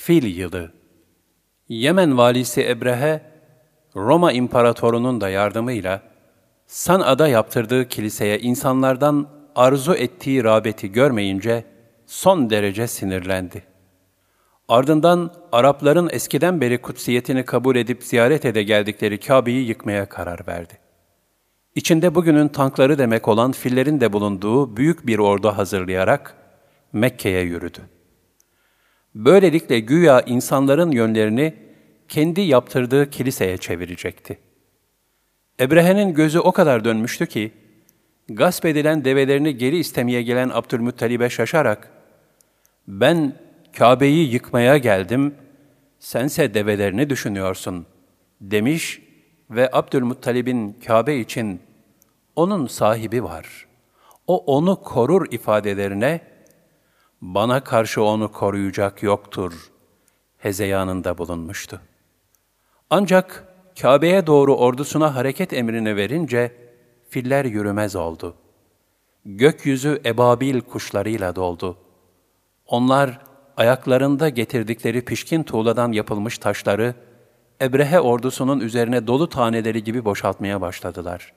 Fil Yılı. Yemen valisi Ebrehe, Roma imparatorunun da yardımıyla San'a'da yaptırdığı kiliseye insanlardan arzu ettiği rağbeti görmeyince son derece sinirlendi. Ardından Arapların eskiden beri kutsiyetini kabul edip ziyaret ede geldikleri Kabe'yi yıkmaya karar verdi. İçinde bugünün tankları demek olan fillerin de bulunduğu büyük bir ordu hazırlayarak Mekke'ye yürüdü. Böylelikle güya insanların yönlerini kendi yaptırdığı kiliseye çevirecekti. Ebrehe'nin gözü o kadar dönmüştü ki, gasp edilen develerini geri istemeye gelen Abdülmuttalib'e şaşarak, "Ben Kabe'yi yıkmaya geldim, sense develerini düşünüyorsun," demiş ve Abdülmuttalib'in Kabe için "Onun sahibi var, o onu korur" ifadelerine, "Bana karşı onu koruyacak yoktur" hezeyanında bulunmuştu. Ancak Kabe'ye doğru ordusuna hareket emrini verince filler yürümez oldu. Gökyüzü ebabil kuşlarıyla doldu. Onlar ayaklarında getirdikleri pişkin tuğladan yapılmış taşları Ebrehe ordusunun üzerine dolu taneleri gibi boşaltmaya başladılar.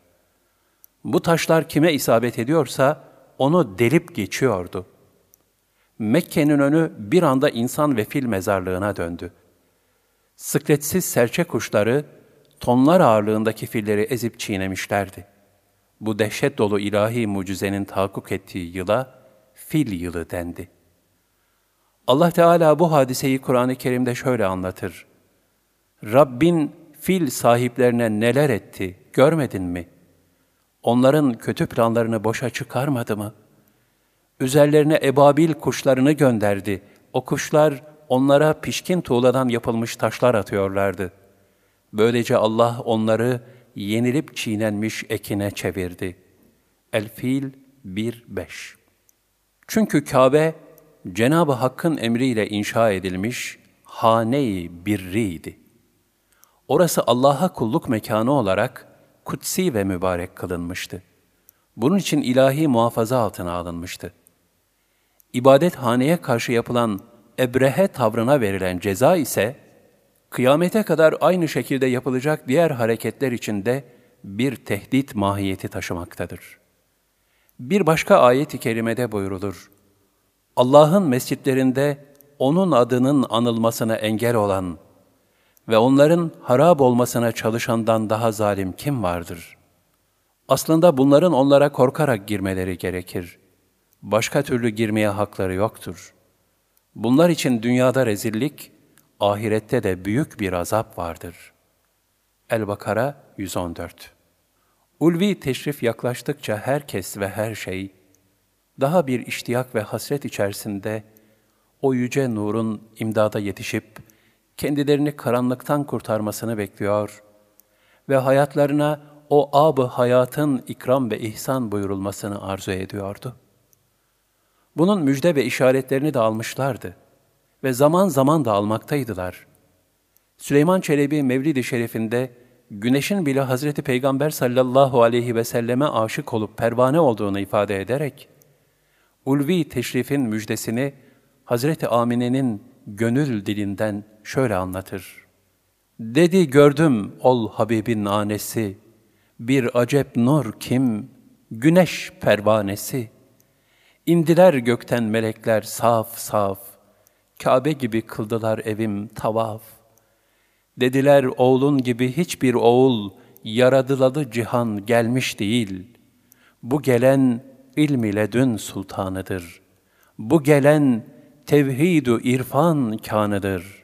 Bu taşlar kime isabet ediyorsa onu delip geçiyordu. Mekke'nin önü bir anda insan ve fil mezarlığına döndü. Sıkletsiz serçe kuşları tonlar ağırlığındaki filleri ezip çiğnemişlerdi. Bu dehşet dolu ilahi mucizenin tahakkuk ettiği yıla Fil Yılı dendi. Allah Teala bu hadiseyi Kur'an-ı Kerim'de şöyle anlatır: "Rabbin fil sahiplerine neler etti, görmedin mi? Onların kötü planlarını boşa çıkarmadı mı? Üzerlerine ebabil kuşlarını gönderdi. O kuşlar onlara pişkin tuğladan yapılmış taşlar atıyorlardı. Böylece Allah onları yenilip çiğnenmiş ekine çevirdi." El-Fil 1-5. Çünkü Kabe, Cenab-ı Hakk'ın emriyle inşa edilmiş hane-i birriydi. Orası Allah'a kulluk mekanı olarak kutsi ve mübarek kılınmıştı. Bunun için ilahi muhafaza altına alınmıştı. İbadethaneye karşı yapılan Ebrehe tavrına verilen ceza ise, kıyamete kadar aynı şekilde yapılacak diğer hareketler içinde bir tehdit mahiyeti taşımaktadır. Bir başka ayet-i kerimede buyrulur: "Allah'ın mescitlerinde O'nun adının anılmasına engel olan ve onların harap olmasına çalışandan daha zalim kim vardır?" Aslında bunların onlara korkarak girmeleri gerekir. Başka türlü girmeye hakları yoktur. Bunlar için dünyada rezillik, ahirette de büyük bir azap vardır. El-Bakara 114. Ulvi teşrif yaklaştıkça herkes ve her şey, daha bir iştiyak ve hasret içerisinde o yüce nurun imdada yetişip, kendilerini karanlıktan kurtarmasını bekliyor ve hayatlarına o ab-ı hayatın ikram ve ihsan buyurulmasını arzu ediyordu. Bunun müjde ve işaretlerini de almışlardı ve zaman zaman da almaktaydılar. Süleyman Çelebi Mevlid-i Şerif'inde güneşin bile Hazreti Peygamber sallallahu aleyhi ve selleme aşık olup pervane olduğunu ifade ederek, ulvi teşrifin müjdesini Hazreti Amine'nin gönül dilinden şöyle anlatır: "Dedi gördüm ol Habibin anesi, bir acep nur kim, güneş pervanesi. İndiler gökten melekler saf saf, Kabe gibi kıldılar evim tavaf. Dediler oğlun gibi hiçbir oğul, yaradılalı cihan gelmiş değil. Bu gelen ilm-i ledün sultanıdır. Bu gelen tevhid-ü irfan kânıdır.